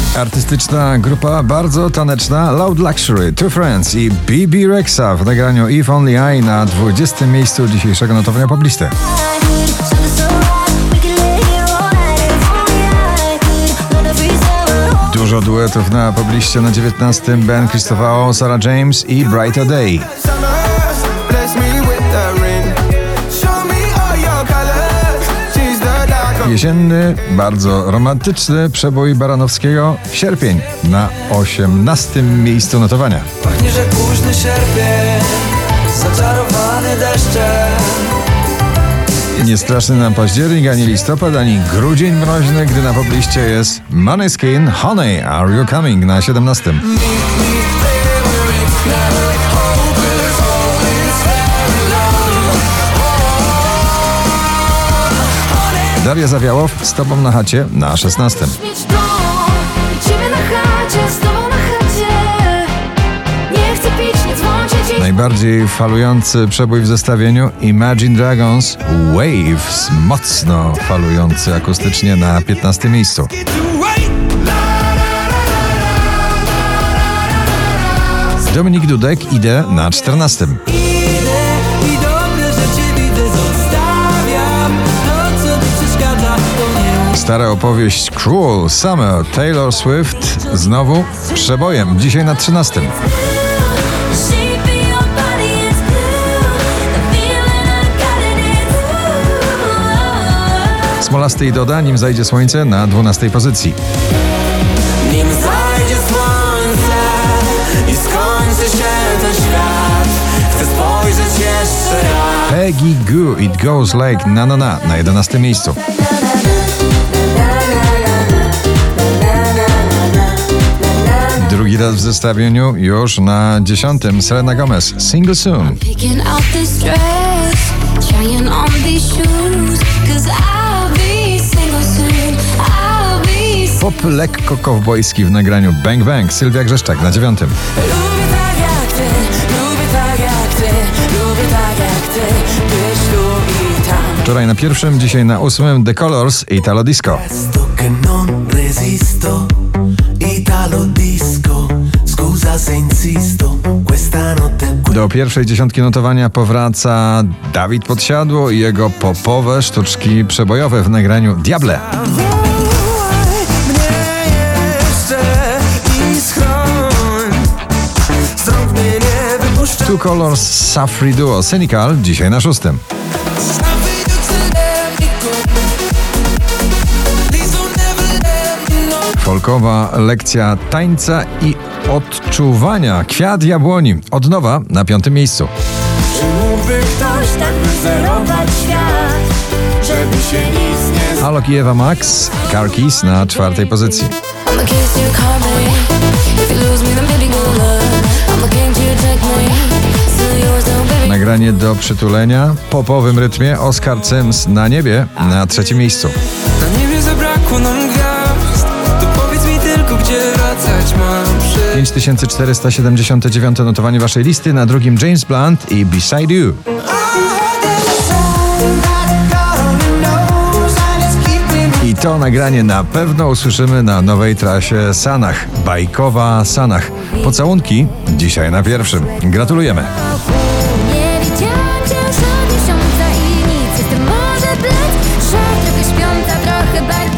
Artystyczna grupa, bardzo taneczna, Loud Luxury, Two Friends i BB Rexa w nagraniu If Only I na 20. miejscu dzisiejszego notowania poblisty. Dużo duetów na pobliście na 19. Ben Christopher, Sarah James i Brighter Day. Jesienny, bardzo romantyczny przebój Baranowskiego, Sierpień na 18. miejscu notowania. Pachnie, że późny sierpień, zaczarowany deszczem. Nie straszny nam październik, ani listopad, ani grudzień mroźny, gdy na pobliście jest Måneskin, Honey, Are You Coming na 17. Daria Zawiałow, Z Tobą na chacie na 16. Najbardziej falujący przebój w zestawieniu Imagine Dragons, Waves, mocno falujący akustycznie na 15. miejscu. Dominik Dudek, Idę na 14. Stara opowieść Cruel Summer, Taylor Swift znowu przebojem, dzisiaj na 13. Smolasty i Doda, Nim zajdzie słońce na 12. pozycji. Nim zajdzie słońce i skończy się ten świat, chcę spojrzeć jeszcze raz. Peggy Gou, It Goes Like Na Na Na na 11. miejscu. Drugi raz w zestawieniu już na 10. Selena Gomez, Single Soon. Pop lekko kowbojski w nagraniu Bang Bang, Sylwia Grzeszczak na 9. Lubię tak jak ty, lubię tak jak ty, lubię tak jak ty, być tu i tam. Wczoraj na 1., dzisiaj na 8. The Colors, Italo Disco. Do pierwszej dziesiątki notowania powraca Dawid Podsiadło i jego popowe sztuczki przebojowe w nagraniu Diable. Two Colors, Safri Duo, Cynical, dzisiaj na 6. Folkowa lekcja tańca i odczuwania, Kwiat Jabłoni, od nowa na 5. miejscu. Czy mógłby ktoś tak wyzerować świat, żeby się nic nie... Alok i Ewa Max, Car Keys na 4. pozycji. Nagranie do przytulenia, popowym rytmie Oscar Sims na niebie na 3. miejscu. Na niebie zabrakło nam gwiazd, to powiedz mi tylko, gdzie wracać mam. 5479 notowanie waszej listy, na 2. James Blunt i Beside You. I to nagranie na pewno usłyszymy na nowej trasie Sanach, bajkowa Sanach. Pocałunki dzisiaj na 1. Gratulujemy. Nie widziałam cię już od miesiąca i nic, jestem może blec, że trochę śpiąca, trochę bardziej.